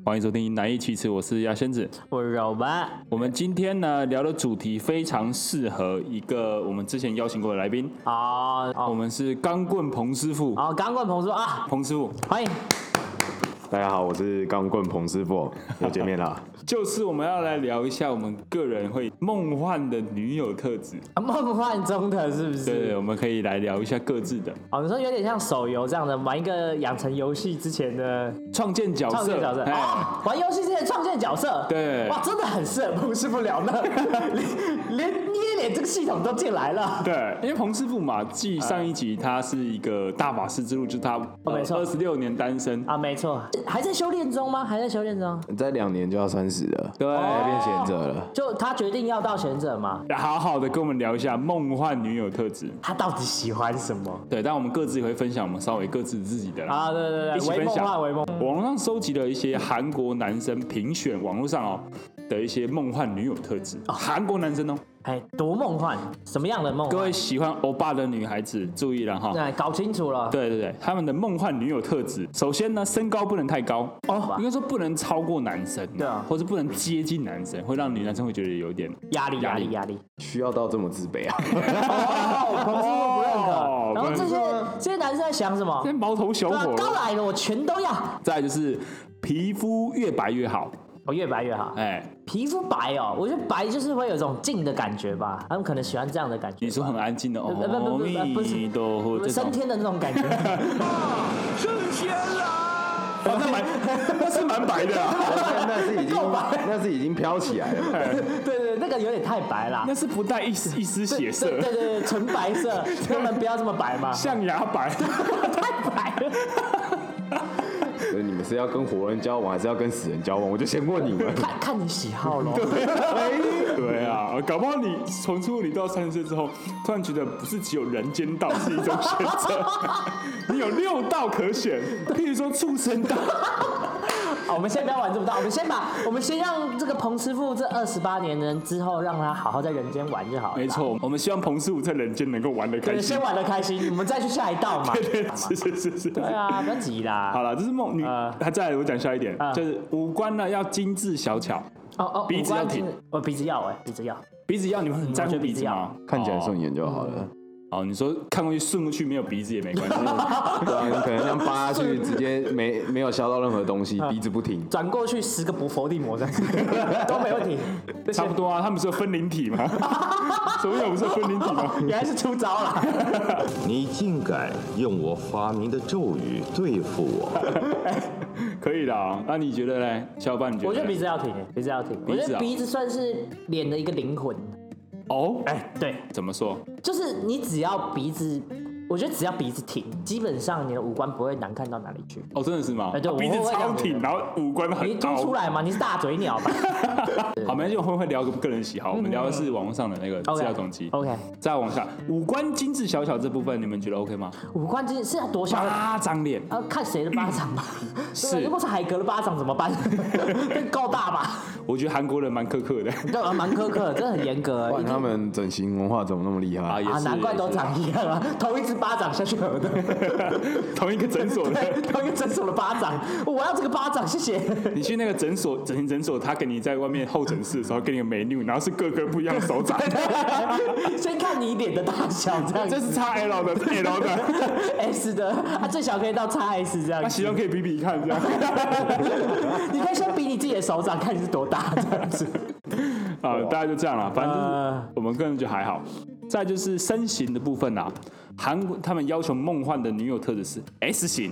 欢迎收听难易启齿，我是牙仙子， 我是老板。 我们今天呢聊的主题非常适合一个我们之前邀请过的来宾我们是钢棍彭师傅。 钢棍彭师傅啊， 彭师傅， 欢迎。 大家好，我是钢棍彭师傅，又见面了。 就是我们要来聊一下我们个人会梦幻的女友特质。 梦幻中的是不是？ 对，我们可以来聊一下各自的。 你说有点像手游这样的，玩一个养成游戏之前的创建角色。 玩游戏之前创建角色。 对， 哇，真的很适合彭师傅聊呢，连捏脸这个系统都进来了。 对，因为彭师傅嘛，继上一集他是一个大法师之路，就是他没错 26年单身啊，没错，还在修炼中吗？还在修炼中？ 再2年就要30了， 对， 要变贤者了。 就他决定要到贤者吗？ 好好的跟我们聊一下梦幻女友特质， 他到底喜欢什么？ 对，但我们各自也会分享我们稍微各自自己的啦。 对， 一起分享。 为梦幻。 网络上收集了一些韩国男生评选网络上的一些梦幻女友特质，韩国男生多梦幻，什么样的梦幻？ 各位喜欢欧巴的女孩子注意了哈， 搞清楚了。 对，他们的梦幻女友特质，首先呢，身高不能太高应该说不能超过男生， 对啊， 或者不能接近男生，会让女男生会觉得有点压力， 需要到这么自卑啊？ 彭师傅不认可。然后这些男生在想什么？ 毛头小伙， 刚来的我全都要。 再来就是皮肤越白越好。 越白越好。皮肤白我觉得白就是会有一种静的感觉吧，他们可能喜欢这样的感觉。 你说很安静的不是升天的那种感觉。 升天啦！那是蛮白的那是已经飘起来了。 对，那个有点太白啦。 那是不带一丝血色。 对，纯白色，他们不要这么白嘛。 象牙白， 太白了。 所以你们是要跟活人交往，还是要跟死人交往？我就先问你们， 看你喜好咯。 对啊，搞不好你从初你到30岁之后，突然觉得不是只有人间道是一种选择，你有6道可选，譬如说畜生道。 我们先不要玩这么大，我们先让这个彭师傅这28年人之后，让他好好在人间玩就好了。 没错，我们希望彭师傅在人间能够玩得开心。 先玩得开心，我们再去下一道嘛。 对，是。 对啊，不要急啦。 好了，这是梦女。再来我讲下一点，就是五官呢要精致小巧。鼻子要挺。 鼻子要。 鼻子要，你们很在乎鼻子吗？ 看起来顺眼就好了。 你说看过去顺过去没有鼻子也没关系。 对啊，你可能这样扒下去，直接没有削到任何东西，鼻子不停。 转过去10个伏地魔这样都没问题。 差不多啊，他们是有分灵体吗？所有不是分灵体吗？ 原来是出招了。 你竟敢用我发明的咒语对付我？ 可以的。那你觉得呢？小伙伴，你觉得？ 我觉得鼻子要挺。我觉得鼻子算是脸的一个灵魂。对， 怎么说？ 就是你只要鼻子，我觉得只要鼻子挺，基本上你的五官不会难看到哪里去。 真的是吗？ 对， 鼻子超挺，然后五官很凹。你凸出来嘛？你是大嘴鸟吧？ 好，没关系，我会聊个人喜好。我们聊的是网络上的那个资料总集。 OK。 再往下，五官精致小巧这部分，你们觉得 OK 吗？ 五官精致是要多小？ 巴掌脸。 看谁的巴掌吧。 是。 如果是海格的巴掌怎么办？够大吧？ 我觉得韩国人蛮苛刻的。 对，蛮苛刻的，真的很严格。 他们整形文化怎么那么厉害难怪都长一样啊！同一只巴掌下去合的， 同一个诊所的， 同一个诊所的巴掌，我要这个巴掌，谢谢。 你去那个整形诊所，他给你在外面候诊室的时候给你个 menu， 然后是各个不一样的手掌。 先看你脸的大小，这样。 这是 XL 的 ，L 的 ，S 的，最小可以到 XS 这样。 那希望可以比比看这样。 你可以先比你自己的手掌，看你是多大这样子。 大概就这样了，反正我们个人就还好。再就是身形的部分啦，韩国他们要求梦幻的女友特质是 S 型。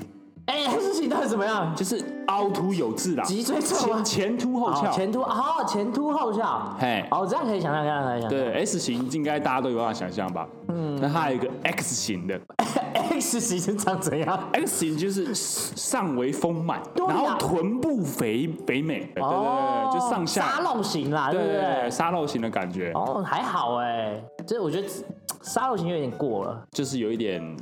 S 型到底怎么样？ 就是凹凸有致啦， 脊椎侧吗？ 前凸后翘。 前凸后翘。这样可以想象， 对 S 型应该大家都有办法想象吧？那它还有一个 X 型的。 X 型是长怎样 ？X 型就是上围丰满，然后臀部肥美，对，就上下沙漏型啦，对不对？ 沙漏型的感觉。 还好就是我觉得沙漏型有点过了， 就是有一点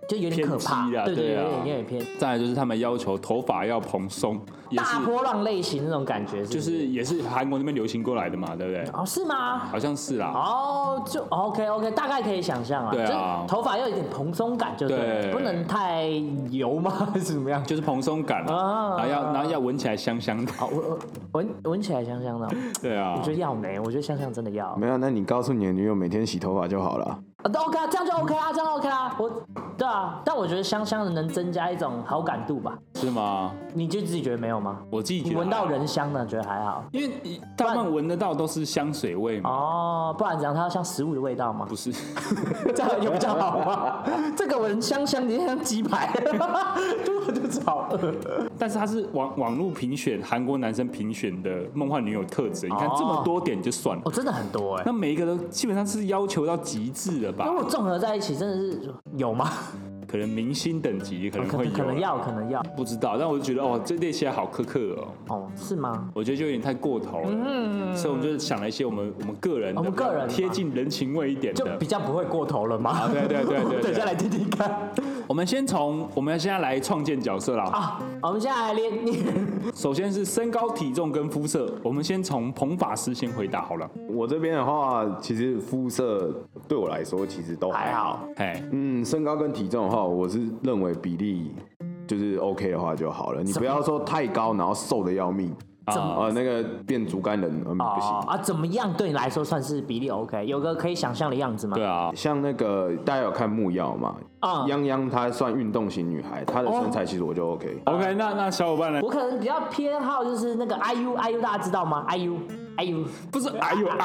就有点可怕， 偏激啦， 对， 啊， 有点偏。 再来就是他们要求头发要蓬松，也是大波浪类型那种感觉就是也是韩国那边流行过来的嘛，对不对？ 哦，是吗？ 好像是啦。 哦，就 OK， 大概可以想象啊。 对啊， 头发要有点蓬松感，就对，不能太油吗？还是怎么样？ 就是蓬松感啊，然后要闻起来香香的。 哦，闻起来香香的。 对啊， 我觉得要没，我觉得香香真的要。 没有，那你告诉你的女友每天洗头发就好了。 都 OK 啊，这样就 OK 啊，这样 OK 啊。对啊，但我觉得香香的能增加一种好感度吧。 是吗？ 你就自己觉得没有吗？ 我自己觉得闻到人香的，觉得还好。 因为他们闻得到都是香水味嘛。 哦，不然怎样？它要像食物的味道吗？ 不是， 这样有比较好吗？这个闻香香的像鸡排，就是好饿。 但是它是网络评选韩国男生评选的梦幻女友特质，你看这么多点就算了， 哦，真的很多哎。 那每一个都基本上是要求到极致了吧？ 如果综合在一起，真的是有吗？ 可能明星等级可能会有， 可能要， 不知道。但我就觉得哦，这列起来好苛刻哦。 哦，是吗？ 我觉得就有点太过头了。所以我们就是想了一些我们个人的，贴近人情味一点的， 就比较不会过头了嘛。 对。 等一下来听听看。 我们现在来创建角色啦。 啊，我们现在来练。 首先是身高、体重跟肤色，我们先从彭法师先回答好了。我这边的话，其实肤色对我来说其实都还好。身高跟体重的话，我是认为比例就是 OK 的话就好了。你不要说太高，然后瘦的要命。那个变竹竿人不行啊？怎么样对你来说算是比例 OK？ 有个可以想象的样子吗？ 对啊， 像那个大家有看木曜嘛？泱泱她算运动型女孩，她的身材其实我就 OK。 OK， 那小伙伴呢？ 我可能比较偏好就是那个 IU， 大家知道吗？IU 不是哎呦，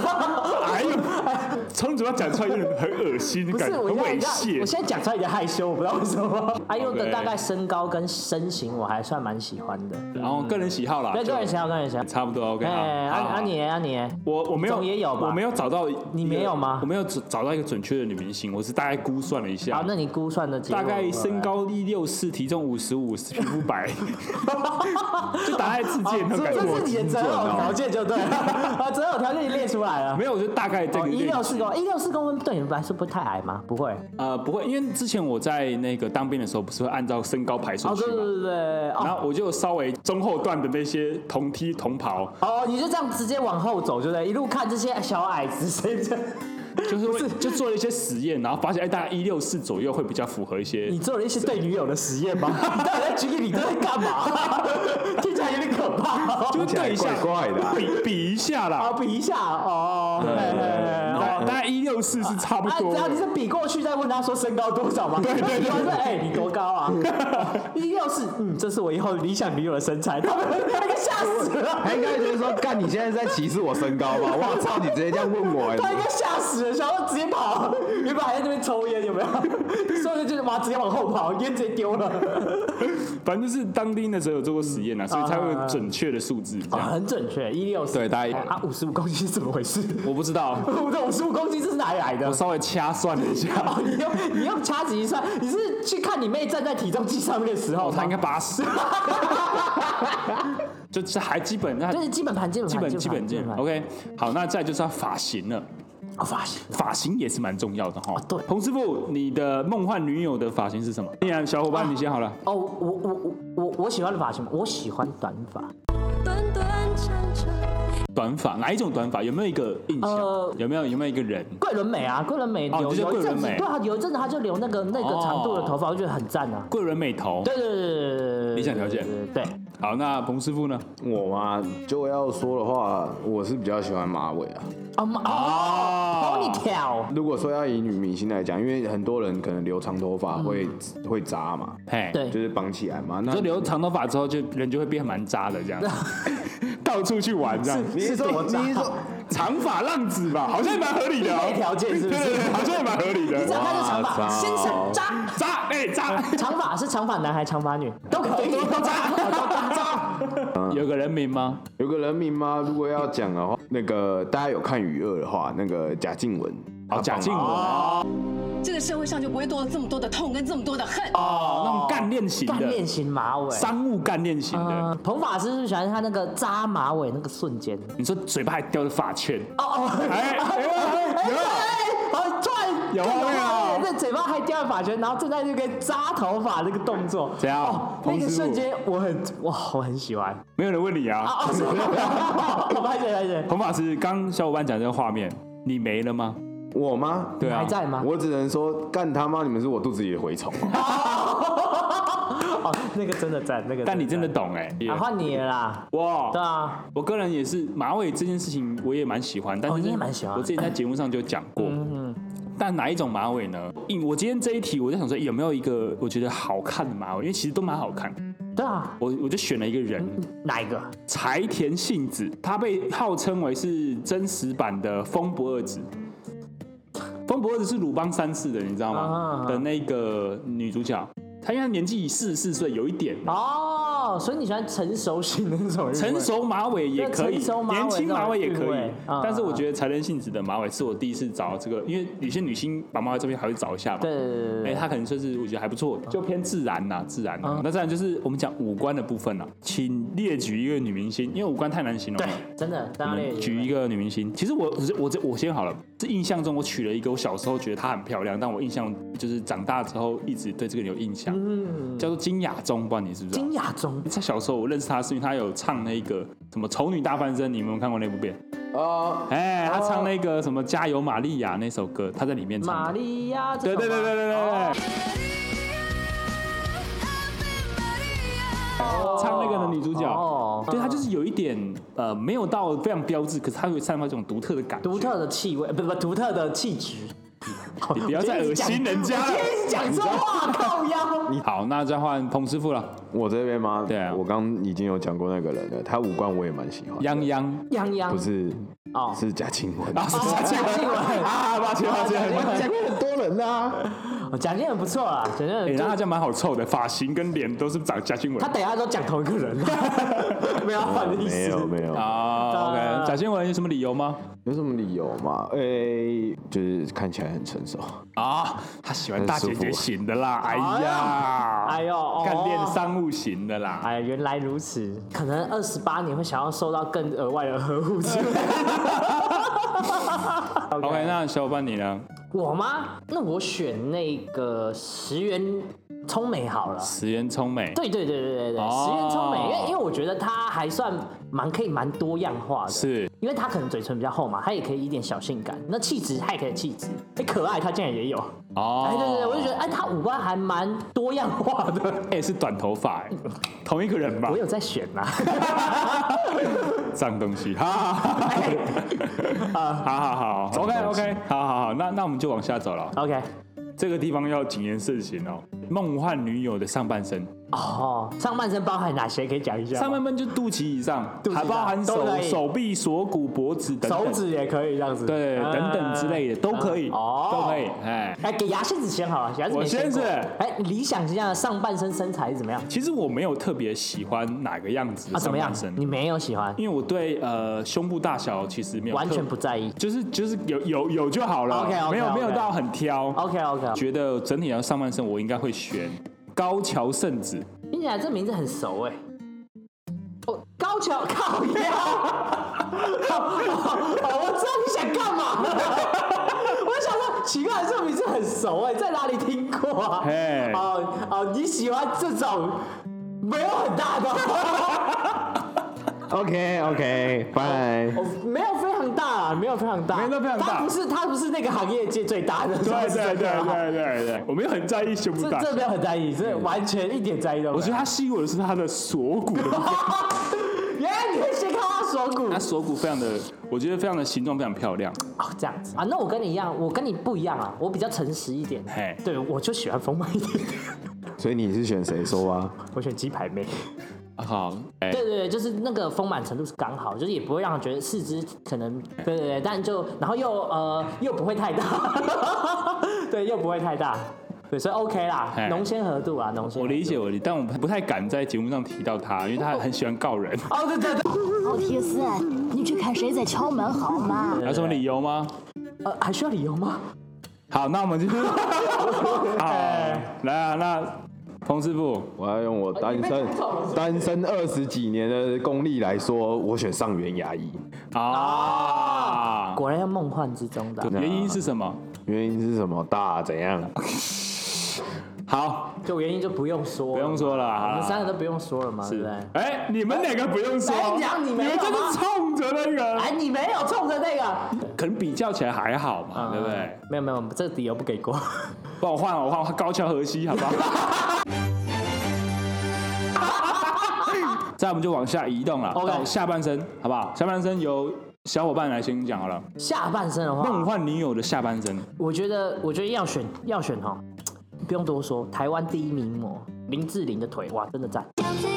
从嘴巴讲出来有点很恶心的感觉，很猥亵。 我现在讲出来有点害羞，我不知道为什么。IU 的大概身高跟身形我还算蛮喜欢的。 然后个人喜好啦， 对，个人喜好， 差不多 OK。 你， 我没有， 也有吧？ 我没有找到， 你没有吗？ 我没有找到一个准确的女明星，我是大概估算了一下。 好，那你估算的大概身高164，体重55，皮肤白，就打在自荐那种感觉。 这是你的择偶条件就对了，择偶条件你列出来了。 没有，我就大概这个 164公分对你们来说不会太矮吗？不会， 不会，因为之前我在那个当兵的时候，不是会按照身高排顺序嘛？ 对。 然后我就稍微中后段的那些同梯同袍。 你就这样直接往后走，对不对？一路看这些小矮子，谁这？ 就做了一些实验，然后发现大概164左右会比较符合一些。 你做了一些对女友的实验吗？你到底在举例，你都在干嘛？听起来有点可怕。 就对一下， 怪的， 比一下啦。 比一下大概164是差不多。 只要你是比过去再问他说身高多少吗？ 对。 你多高啊？164，这是我以后理想女友的身材。他们那个吓死了。 他应该觉得说，干你现在在歧视我身高吧？我操，你直接这样问我， 他应该吓死了，想要直接跑。原本还在那边抽烟，有没有？所以就是直接往后跑，烟直接丢了。 反正就是当兵的时候有做过实验啊，所以才会有准确的数字。 很准确，164。对， 大概 55公斤是怎么回事？ 我不知道。 这55公斤是哪里来的？ 我稍微掐算了一下。 你用掐指一算，你是去看你妹站在体重机上面的时候， 她应该80。就是还基本， 就是基本盘。 OK， 好，那再就是要发型了。发型也是蛮重要的哈。 对， 彭师傅，你的梦幻女友的发型是什么？既然小伙伴你先好了。 我喜欢的发型，我喜欢短发。 短发哪一种短发？有没有一个印象？有没有一个人？ 桂纶镁啊，桂纶镁有一阵子，对啊，有一阵子他就留那个长度的头发，我觉得很赞啊。 桂纶镁头， 对， 理想条件， 对。 好，那彭师傅呢？ 我嘛，就要说的话，我是比较喜欢马尾啊。 ponytail。 如果说要以女明星来讲，因为很多人可能留长头发会渣嘛， 对， 就是绑起来嘛。 那留长头发之后，人就会变蛮渣的这样，到处去玩这样。 你是说长发浪子吧？好像也蛮合理的。 条件是不是？ 对，好像也蛮合理的。 你只要看是长发，先生渣。长发是长发男还是长发女？都可以，都渣。 有个人名吗？ 如果要讲的话，那个大家有看《雨二》的话，那个贾静雯。 贾静雯。 这个社会上就不会多了这么多的痛跟这么多的恨。 那种干练型马尾， 商务干练型的。 彭法师是喜欢他那个扎马尾那个瞬间。 你说嘴巴还叼着发圈。 突然有画面啊！ 而且这嘴巴还叼着发圈，然后正在那个扎头发那个动作， 怎样？ 那个瞬间我很喜欢。 没有人问你啊？ 拍姐， 彭法师，刚小伙伴讲这个画面，你没了吗？ 我吗？ 对啊， 还在吗？ 我只能说，干他妈！你们是我肚子里的蛔虫。 哦，那个真的赞，那个。 但你真的懂换你了啦。 哇， 对啊， 我个人也是马尾这件事情，我也蛮喜欢。但是你也蛮喜欢。 我之前在节目上就讲过。但哪一种马尾呢？我今天这一题，我就想说有没有一个我觉得好看的马尾，因为其实都蛮好看。 对啊， 我就选了一个人， 哪一个？ 柴田杏子，她被号称为是真实版的风不二子。风不二子是鲁邦三世的，你知道吗？的那个女主角，她因为年纪44岁，有一点哦，所以你喜欢成熟型的那种人？ 成熟马尾也可以，年轻马尾也可以。但是我觉得柴田杏子的马尾是我第一次找这个，因为有些女星把马尾这边还会找一下嘛。 对， 她可能就是我觉得还不错，就偏自然呐，自然。那自然就是我们讲五官的部分啦，请列举一个女明星，因为五官太难形容了。 对，真的，当然举一个女明星。其实我先好了，是印象中我取了一个我小时候觉得她很漂亮，但我印象就是长大之后一直对这个人有印象，叫做金雅中，不知道你是不是？ 金雅中， 在小时候我认识她是因为她有唱那个什么《丑女大翻身》，你们有看过那部片？她唱那个什么《加油玛利亚》那首歌，她在里面唱。 玛利亚， 对。唱那个的女主角，对，她就是有一点没有到非常标志，可是她会散发这种独特的感觉、 独特的气味，不，独特的气质。 你不要再恶心人家了， 我讲错话，靠腰。 好，那再换彭师傅了。 我这边吗？ 对啊， 我刚已经有讲过那个人了，他五官我也蛮喜欢。 泱不是，是贾静雯。 是贾静雯啊，抱歉。 讲过很多人啊。 贾静雯不错啦，贾静雯。 那他这样蛮好凑的，发型跟脸都是长贾静雯。 他等一下都讲同一个人，没有换的意思。 没有。 OK， 贾静雯有什么理由吗？ 有什么理由吗？就是看起来很成熟啊，他喜欢大姐姐型的啦。哎呦，干练商务型的啦。 哎，原来如此，可能28年会想要受到更额外的呵护之类的。 OK， 那小伙伴你呢？ 我吗？那我选那个石原聪美好了。 石原聪美。对，石原聪美，因为我觉得她还算可以蛮多样化的。 是。 因为她可能嘴唇比较厚嘛，她也可以一点小性感。那气质她也可以气质，可爱她竟然也有。对，我就觉得她五官还蛮多样化的。 是短头发同一个人吧？ 我有在选啦。 脏东西，好 ，OK， 好，那我们就往下走了。 OK， 这个地方要谨言慎行哦。梦幻女友的上半身上半身包含哪些？可以讲一下。 上半身就肚脐以上，还包含手臂、锁骨、脖子等等， 手指也可以这样子， 对，等等之类的都可以，都可以。 给牙仙子先好了，牙仙子我先是。 理想之下的上半身身材是怎么样？ 其实我没有特别喜欢哪个样子的上半身， 你没有喜欢？ 因为我对胸部大小其实没有完全不在意， 就是有就好了，没有到很挑。 OK， 觉得整体的上半身我应该会选高桥圣子。 听起来这名字很熟高桥靠腰。我知道你想干嘛了。我想说，奇怪，这名字很熟在哪里听过啊？你喜欢这种没有很大的 ？OK， 拜。 没有非常大啊，没有非常大，他不是那个行业界最大的。 对，我没有很在意胸部大小， 这没有很在意，这完全一点在意都没有。 我觉得他吸引我的是他的锁骨的部分。 原来你会先看他锁骨， 他锁骨我觉得非常的形状非常漂亮。 这样子啊，那我跟你一样，我跟你不一样啊，我比较诚实一点。对，我就喜欢丰满一点的。 所以你是选谁说啊？ 我选鸡排妹。 好， 对，就是那个丰满程度是刚好，就是也不会让人觉得四肢可能，对，但然后又不会太大，对，又不会太大，对，所以 OK 啦，浓鲜合度啊，浓鲜。 我理解，但我不太敢在节目上提到他，因为他很喜欢告人。 对。 好铁丝，你去看谁在敲门好吗？ 有什么理由吗？ 还需要理由吗？ 好，那我们就好来啊，那彭师傅， 我要用我单身20几年的功力来说，我选上元牙医啊！果然要梦幻之中的。 原因是什么？ 原因是什么？大怎样？ 好， 就原因就不用说， 不用说了， 我们3个都不用说了嘛，对不对？ 哎，你们哪个不用说？ 你们真的冲着那个？ 哎，你没有冲着那个， 可能比较起来还好嘛，对不对？ 没有，这个理由不给过。 帮我换高桥和希，好不好？再我们就往下移动了，到下半身，好不好？下半身由小伙伴来先讲好了。 下半身的话， 梦幻女友的下半身， 我觉得要选哈，不用多说，台湾第一名模林志玲的腿，哇，真的赞。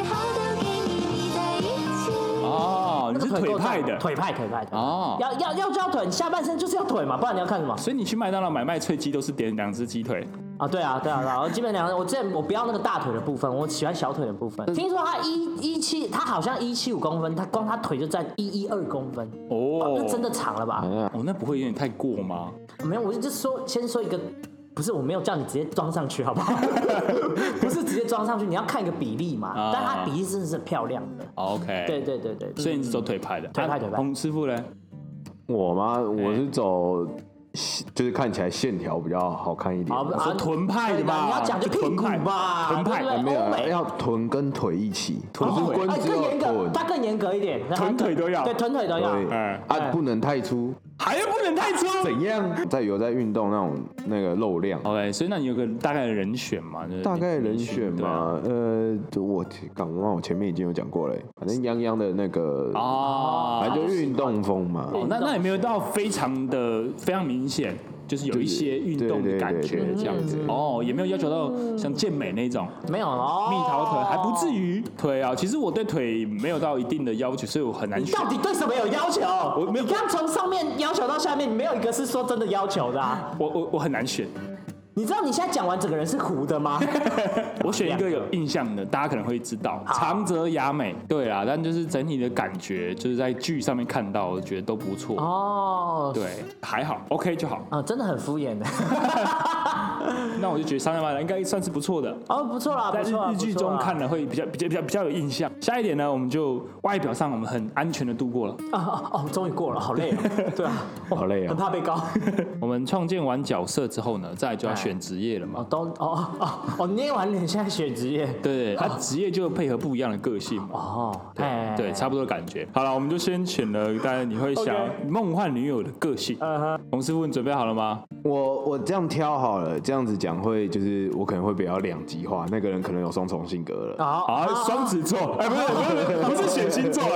哦，你是腿派的， 腿派哦，要就要腿，下半身就是要腿嘛，不然你要看什么？ 所以你去麦当劳买麦脆鸡都是点2只鸡腿啊？对啊，基本2只。我不要那个大腿的部分，我喜欢小腿的部分。听说他117，他好像175公分，他光他腿就占112公分哦，那真的长了吧？ 哦，那不会有点太过吗？ 没有，我就先说一个。不是，我没有叫你直接装上去，好不好？不是直接装上去，你要看一个比例嘛。但它比例真的是漂亮的。 OK。 对。 所以你是走腿派的。 腿派。 洪师傅呢？ 我吗？我是走，就是看起来线条比较好看一点。 说臀派的嘛。 你要讲究屁股吧？ 臀派没有，要臀跟腿一起。臀是关节要臀， 它更严格一点， 臀腿都要。 对，臀腿都要。 不能太粗。 还不能太粗？ 怎样？有在运动那个肉量。 OK， 所以那你有个大概的人选嘛？ 大概人选嘛？我前面已经有讲过了，反正泱泱的那个反正就运动风嘛。 那也没有到非常明显。就是有一些运动的感觉这样子哦，也没有要求到像健美那种， 没有哦， 蜜桃腿还不至于腿啊。其实我对腿没有到一定的要求，所以我很难选。 你到底对什么有要求？你刚从上面要求到下面，你没有一个是说真的要求的啊。 我很难选。 你知道你现在讲完整个人是糊的吗？ 我选一个有印象的，大家可能会知道，长泽雅美。对啊，但就是整体的感觉，就是在剧上面看到，我觉得都不错。哦，对，还好 ，OK 就好。 真的很敷衍的。 那我就觉得《上海应该算是不错的。 不错啦， 在日剧中看了会比较有印象。下一点呢，我们就外表上我们很安全的度过了。 终于过了，好累啊。对啊， 好累啊， 很怕被告。 我们创建完角色之后呢，再来就要选职业了嘛。 捏完脸现在选职业。 对，他职业就配合不一样的个性嘛。对，差不多的感觉。好了，我们就先选了，大概你会想梦幻女友的个性。洪师傅，你准备好了吗？ 我这样挑好了，这样子讲会就是我可能会比较2极化，那个人可能有双重性格了。 双子座，不是选星座，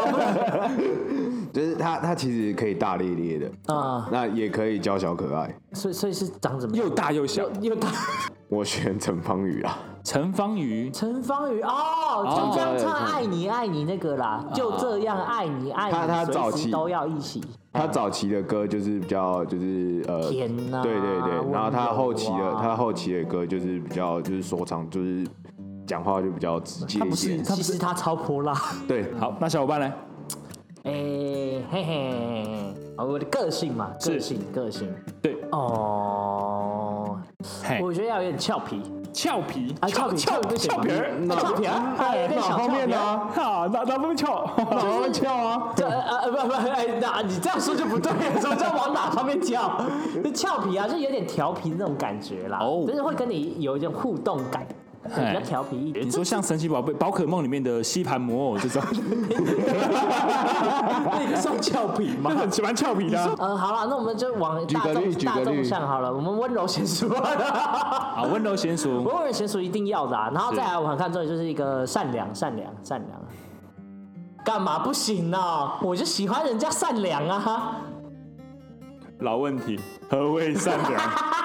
就是他其实可以大咧咧的那也可以娇小可爱， 所以是长怎么又大又小， 又大。 我选陈芳宇啊。 陈芳宇就这样唱爱你爱你那个啦，就这样爱你爱你， 他早期都要一起。 他早期的歌就是比较甜啊， 对，然后他后期的歌就是比较就是说唱，就是讲话就比较直接一点。 其实他超泼辣。 对， 好，那小伙伴呢？ 我的个性嘛，个性， 对我觉得要有点俏皮。 俏皮啊，俏皮， 俏皮， 哪方面呢？ 哪方面俏？ 哪方面俏啊？ 不，你这样说就不对了。什么叫往哪方面俏？就俏皮啊，就有点调皮那种感觉啦。就是会跟你有一种互动感。比较调皮一点。 你说像神奇宝贝、宝可梦里面的吸盘魔偶这种， 那个算俏皮吗？ 很喜欢俏皮的。 好了，那我们就往大众向好了。我们温柔娴熟。 好，温柔娴熟， 温柔娴熟一定要的啊。然后再来，我很看重的就是一个善良。干嘛不行呢？我就喜欢人家善良啊。 老问题，何谓善良？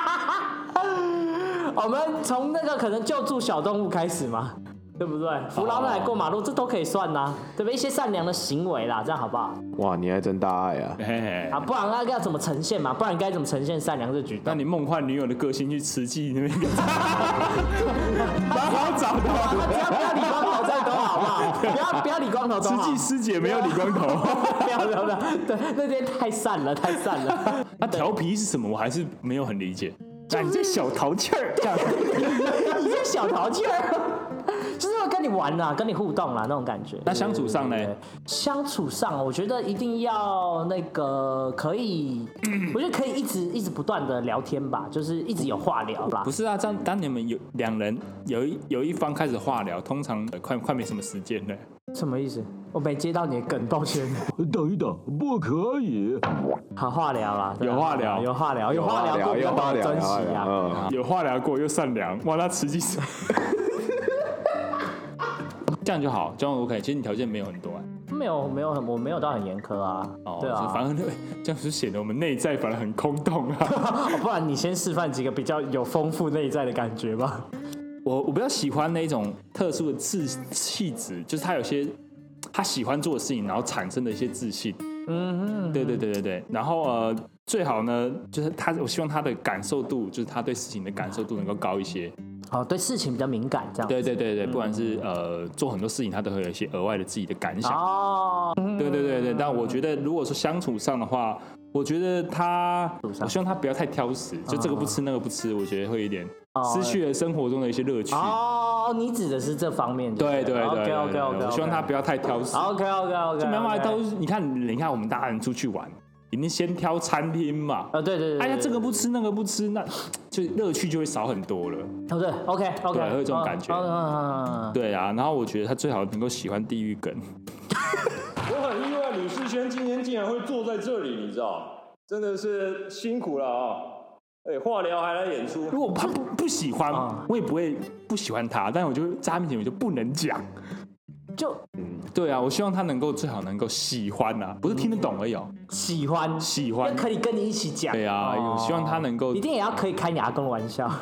我们从那个可能救助小动物开始嘛，对不对？扶老奶奶过马路，这都可以算呐，对不对？一些善良的行为啦，这样好不好？ 哇，你还真大爱啊！ 不然那要怎么呈现嘛？不然该怎么呈现善良这举动？ 那你梦幻女友的个性去慈济那边，蛮好找的。 不要理光头再多好不好？不要理光头， 慈济师姐没有理光头。 不要，对，那天太善了。 那调皮是什么？我还是没有很理解。 你这小淘气儿，这样， 你这小淘气儿，就是会跟你玩啦，跟你互动啦那种感觉。 那相处上呢？ 相处上，我觉得一定要那个可以，我觉得可以一直不断的聊天吧，就是一直有话聊啦。 不是啊，这样当你们有两人有一方开始话聊，通常快没什么时间了。 什么意思？我没接到你的梗，抱歉。 等一等，不可以。 好话聊啦， 有话聊， 有话聊，有话聊过，有话聊，珍惜啊。 有话聊过又善良，哇，那实际上这样就好，这样 OK。其实你条件没有很多啊。 没有，我没有到很严苛啊。对啊， 反正这样就显得我们内在反而很空洞啊。 不然你先示范几个比较有丰富内在的感觉吧。 我比较喜欢那种特殊的气质，就是他有些他喜欢做的事情，然后产生的一些自信。对。然后最好呢，就是我希望他的感受度，就是他对事情的感受度能够高一些。 对事情比较敏感，这样。 对，不管是做很多事情，他都会有一些额外的自己的感想。对。但我觉得，如果说相处上的话，我觉得我希望他不要太挑食，就这个不吃那个不吃，我觉得会有点失去了生活中的一些乐趣。 你指的是这方面？ 对。 OK。 我希望他不要太挑食。 OK。 就没办法都是你看我们大人出去玩，一定先挑餐厅嘛。 对。 哎呀，这个不吃那个不吃，那就乐趣就会少很多了。 对 ，OK。 对，会有这种感觉。对啊，然后我觉得他最好能够喜欢地狱梗。 我很意外，吕世轩今天竟然会坐在这里，你知道，真的是辛苦了啊！化疗还来演出。 如果他不喜欢，我也不会不喜欢他，但我就在他面前我就不能讲。对啊，我希望他最好能够喜欢啊，不是听得懂而已哦。喜欢， 可以跟你一起讲。 对啊，我希望他能够， 一定也要可以开你阿公的玩笑。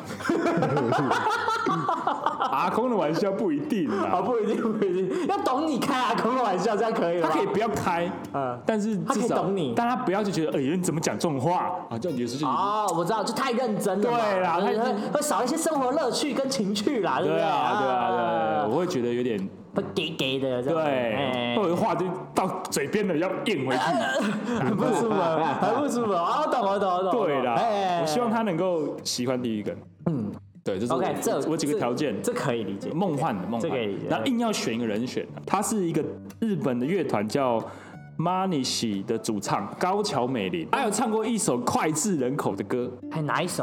阿公的玩笑不一定啊， 不一定，要懂你开阿公的玩笑，这样可以吗？ 他可以不要开，但是他可以懂你， 但他不要就觉得，你怎么讲这种话啊？这样有时就我知道，就太认真了， 对啦， 会少一些生活乐趣跟情趣啦，对不对？ 对啊，我会觉得有点。 会给的， 对，或者话就到嘴边了，要咽回去， 很不舒服，很不舒服。我懂。 对啦，我希望他能够喜欢地狱梗。对，这是我几个条件， 这可以理解。 梦幻， 这可以理解。 然后硬要选一个人选，他是一个日本的乐团叫 Manishi 的主唱高桥美玲，他有唱过一首脍炙人口的歌， 还哪一首？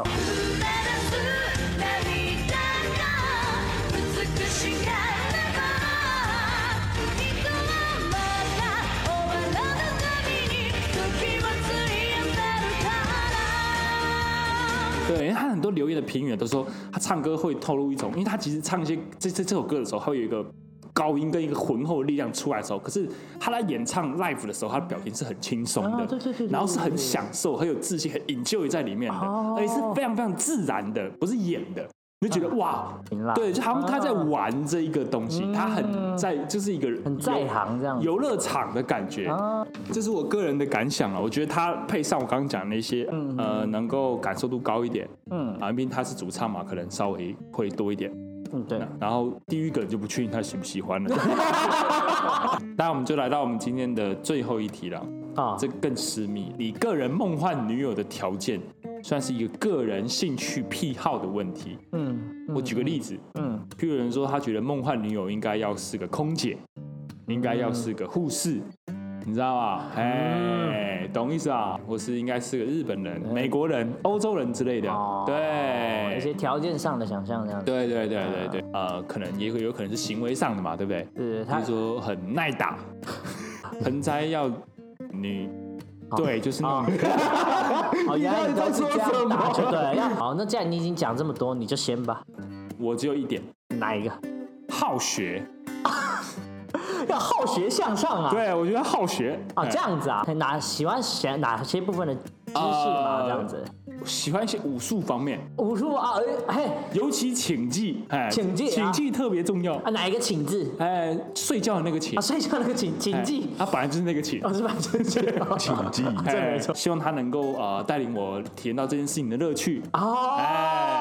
对，因为他很多留言的评语都说他唱歌会透露一种，因为他其实唱一些这首歌的时候，他会有一个高音跟一个浑厚的力量出来的时候，可是他在演唱 live 的时候，他的表情是很轻松的， 对， 然后是很享受、很有自信、很 enjoy 在里面的，而且是非常非常自然的，不是演的。你就觉得哇，对，就好像他在玩这一个东西，他很在，就是一个很在行这样游乐场的感觉。这是我个人的感想啊，我觉得他配上我刚刚讲的那些，能够感受度高一点，因为他是主唱嘛，可能稍微会多一点。 对。 然后地狱梗就不确定他喜不喜欢了。那我们就来到我们今天的最后一题了。这更私密。你个人梦幻女友的条件，算是一个个人兴趣癖好的问题。我举个例子，譬如有人说他觉得梦幻女友应该要是个空姐，应该要是个护士，你知道吧？懂意思啊？或是应该是个日本人、美国人、欧洲人之类的。对， 一些条件上的想象这样。 对，可能也有可能是行为上的嘛，对不对？比如说很耐打，盆栽要女。对，就是那种。 原来你都是这样打就对了。好，那既然你已经讲这么多，你就先吧。 我只有一点。 哪一个？ 好学。 要好学向上啊！ 对，我觉得好学这样子啊，喜欢哪些部分的知识嘛？这样子， 喜欢一些武术方面。 武术啊， 尤其请技，请技特别重要。 哪一个请字？ 睡觉的那个请。 睡觉那个请技。 他本来就是那个请。 是吧？请技。 这没错。希望他能够带领我体验到这件事情的乐趣。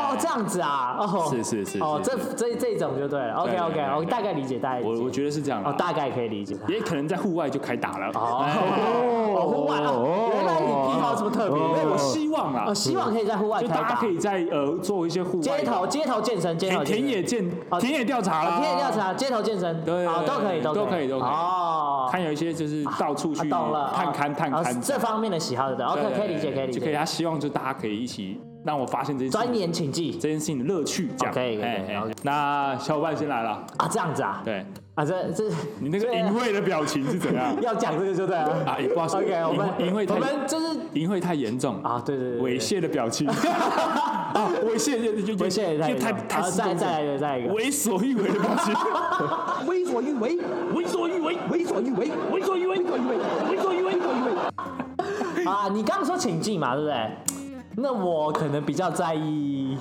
哦，这样子啊，哦， 是， 哦，这种就对了。OK，我大概理解， 我觉得是这样， 大概可以理解。 也可能在户外就开打了。 户外哦，原来你癖好这么特别。 我希望啊， 希望可以在户外开打， 就大家可以在做一些户外街头健身，田野调查啦， 街头健身，对，都可以。哦， 看有一些就是到处去探勘这方面的喜好的，OK，可以理解。 就可以，他希望就大家可以一起让我发现这件钻研请记这件事情的乐趣，这样。可以。那小伙伴先来了啊，这样子啊， 对啊，这你那个淫秽的表情是怎样？ 要讲这个就对了啊，也不好说。 OK， 我们就是淫猥太严重啊，对， 猥亵的表情啊，猥亵太再来一个为所欲为的表情， 为所欲为。啊，你刚刚说请记嘛，对不对？那我可能比较在意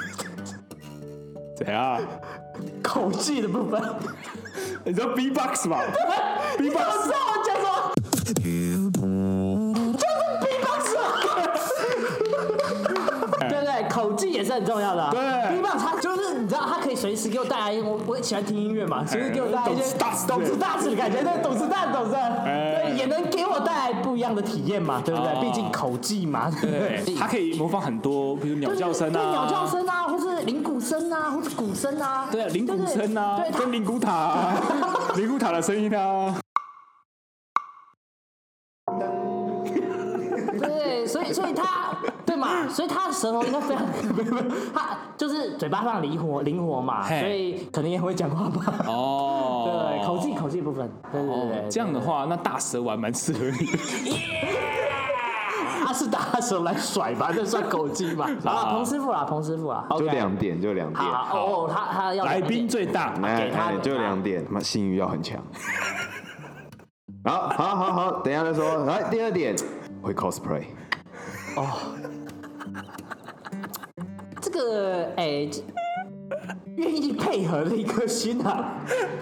怎样口技的部分。 你知道 B-box 吗？B-box 我讲什么？就是 B-box 对不对？口技也是很重要的。 对 ，B-box 它就是你知道，它可以随时给我带来，我喜欢听音乐嘛，随时给我带来一些懂事大事的感觉，对，懂事，对，也能给我带来不一样的体验嘛，对不对？毕竟口技嘛， 对，它可以模仿很多，比如鸟叫声啊， 对，鸟叫声啊，或是铃鼓声啊，或是鼓声啊， 对，铃鼓声啊，跟铃鼓塔啊，铃鼓塔的声音啊。 对，所以他对嘛，所以他的舌头应该非常，他就是嘴巴上灵活嘛，所以可能也会讲话吧。哦，对，口技部分，对。 这样的话，那大舌丸蛮适合你的。 他是大舌来甩吧，这算口技吧？啊，彭师傅啦， 就2点。 好，他要来宾最大， 给他就2点，那性欲要很强。好，等一下再说。来，第2点，会 cosplay。哦， 这个愿意配合的一颗心啊。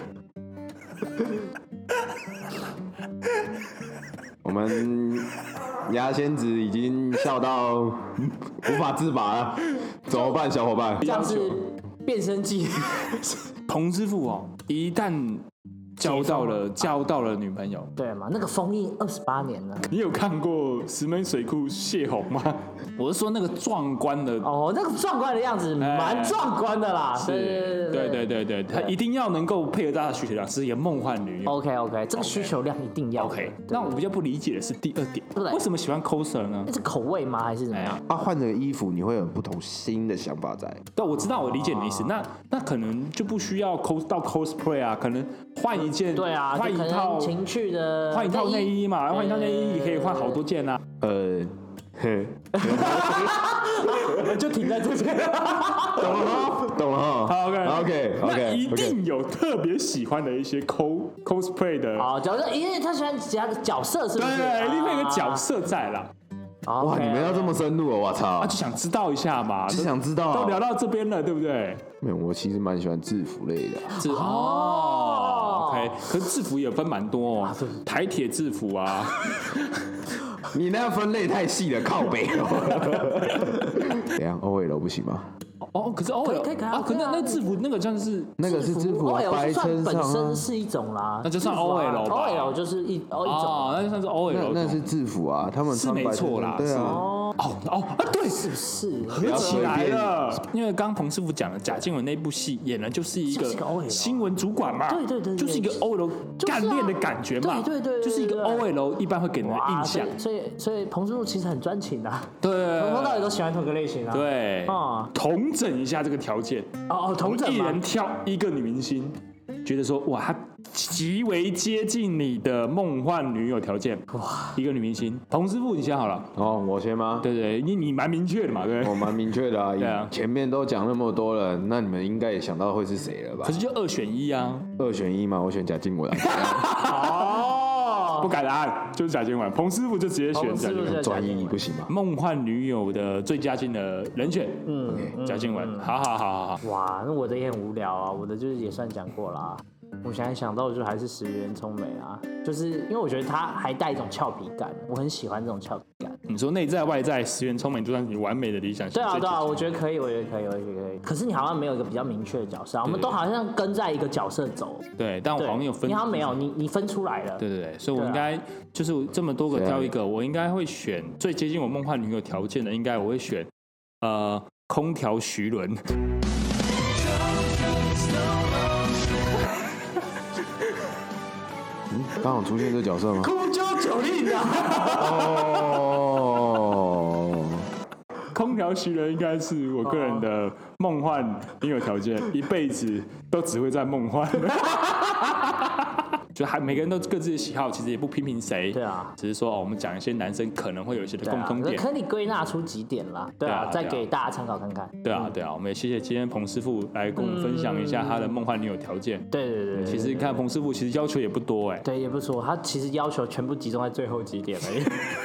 我们牙仙子已经笑到无法自拔了，怎么办，小伙伴？ 这样是变声技。 彭师傅哦，一旦交到了女朋友， 对嘛？那个封印28年了。 你有看过石门水库泄洪吗？我是说那个壮观的哦，那个壮观的样子蛮壮观的啦。 对，他一定要能够配合大家的需求量，是一个梦幻女友。 OK， 这个需求量一定要。 OK， 那我比较不理解的是第2点，为什么喜欢 coser 呢？ 是口味吗？还是怎么样？ 换个衣服你会有不同新的想法在。 对，我知道，我理解你的意思。那可能就不需要到 cosplay 啊，可能换一件， 对啊，换一套情趣的， 换一套内衣嘛，换一套内衣你可以换好多件啊。 就停在这边。 懂了。 好 OK。 那一定有特别喜欢的一些 cosplay 的。 好，角色，因为他喜欢其他的角色，是不是？ 对，另外一个角色在啦。 哇，你们要这么深入哦，我操！ 就想知道一下嘛， 就想知道。 都聊到这边了，对不对？ 没有，我其实蛮喜欢制服类的。 OK， 可是制服也分蛮多哦，台铁制服啊。 你那分类太细了，靠北哦。怎样 ？OL 不行吗？ 可是 OL 可以啊，可那制服那个像是那个是制服啊，白衬衫本身是一种啦， 那就算 OL 吧。 OL 就是一种， 那就算是 OL。 那是制服啊，他们是没错啦， 对啊。 对，是不是？ 你起来了，因为刚刚彭师傅讲了，贾静雯那部戏演的就是一个新闻主管嘛， 对， 就是一个 OL 干练的感觉嘛， 对， 就是一个 OL 一般会给人的印象。 所以彭师傅其实很专情啊， 对， 从头到尾都喜欢同个类型啊， 对，统整一下这个条件， 统整， 一人挑一个女明星，觉得说哇，她极为接近你的梦幻女友条件，哇，一个女明星，彭师傅你先好了。 我先吗？ 对，你蛮明确的嘛，对不对？ 我蛮明确的啊， 对啊， 前面都讲那么多了，那你们应该也想到会是谁了吧？ 可是就2选1啊 ，2选1嘛，我选贾静雯。 不改答案，就是贾静雯。彭师傅就直接选贾静雯， 专一不行吗？ 梦幻女友的最佳金的人选，贾静雯。好。 哇，那我的也很无聊啊，我的就是也算讲过啦。我现在想到的就还是石原聪美啊，就是因为我觉得她还带一种俏皮感，我很喜欢这种俏皮感。 你说内在外在十元充满就算你完美的理想型。 对啊，我觉得可以。可是你好像没有一个比较明确的角色，我们都好像跟在一个角色走。 对，但我好像有分。 你好像没有，你分出来了。 对，所以我应该就是这么多个挑一个，我应该会选最接近我梦幻女友条件的，应该我会选空调徐伦。 刚好出现这角色吗？ 空中九令啊！ 哦， 空调徐伦应该是我个人的梦幻女友条件，一辈子都只会在梦幻。就每个人都各自的喜好，其实也不批评谁。 对啊， 只是说我们讲一些男生可能会有一些的共通点。 可以归纳出几点啦。对啊，再给大家参考看看。 对啊，我们也谢谢今天彭师傅来跟我们分享一下他的梦幻女友条件。 对。 其实你看彭师傅其实要求也不多哎。 对，也不错，他其实要求全部集中在最后几点而已。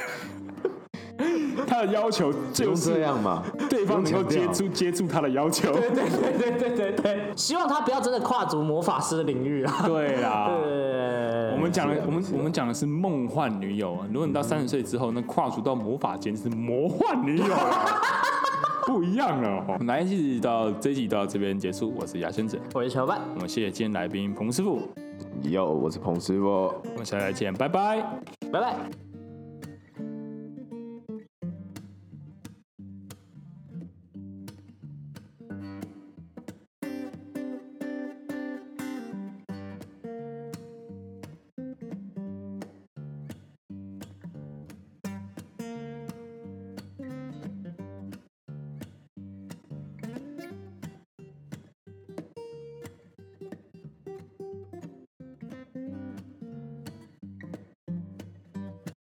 他的要求就是这样嘛， 对方能够接住他的要求。 对，希望他不要真的跨足魔法师的领域啊。 对啦，我们讲的是梦幻女友啊。如果你到30岁之后，那跨足到魔法间是魔幻女友了，不一样了哦。来，这一集到这边结束，我是牙仙子， 我是小伴， 我们谢谢今天来宾彭师傅。 我是彭师傅， 我们下次再见，拜拜。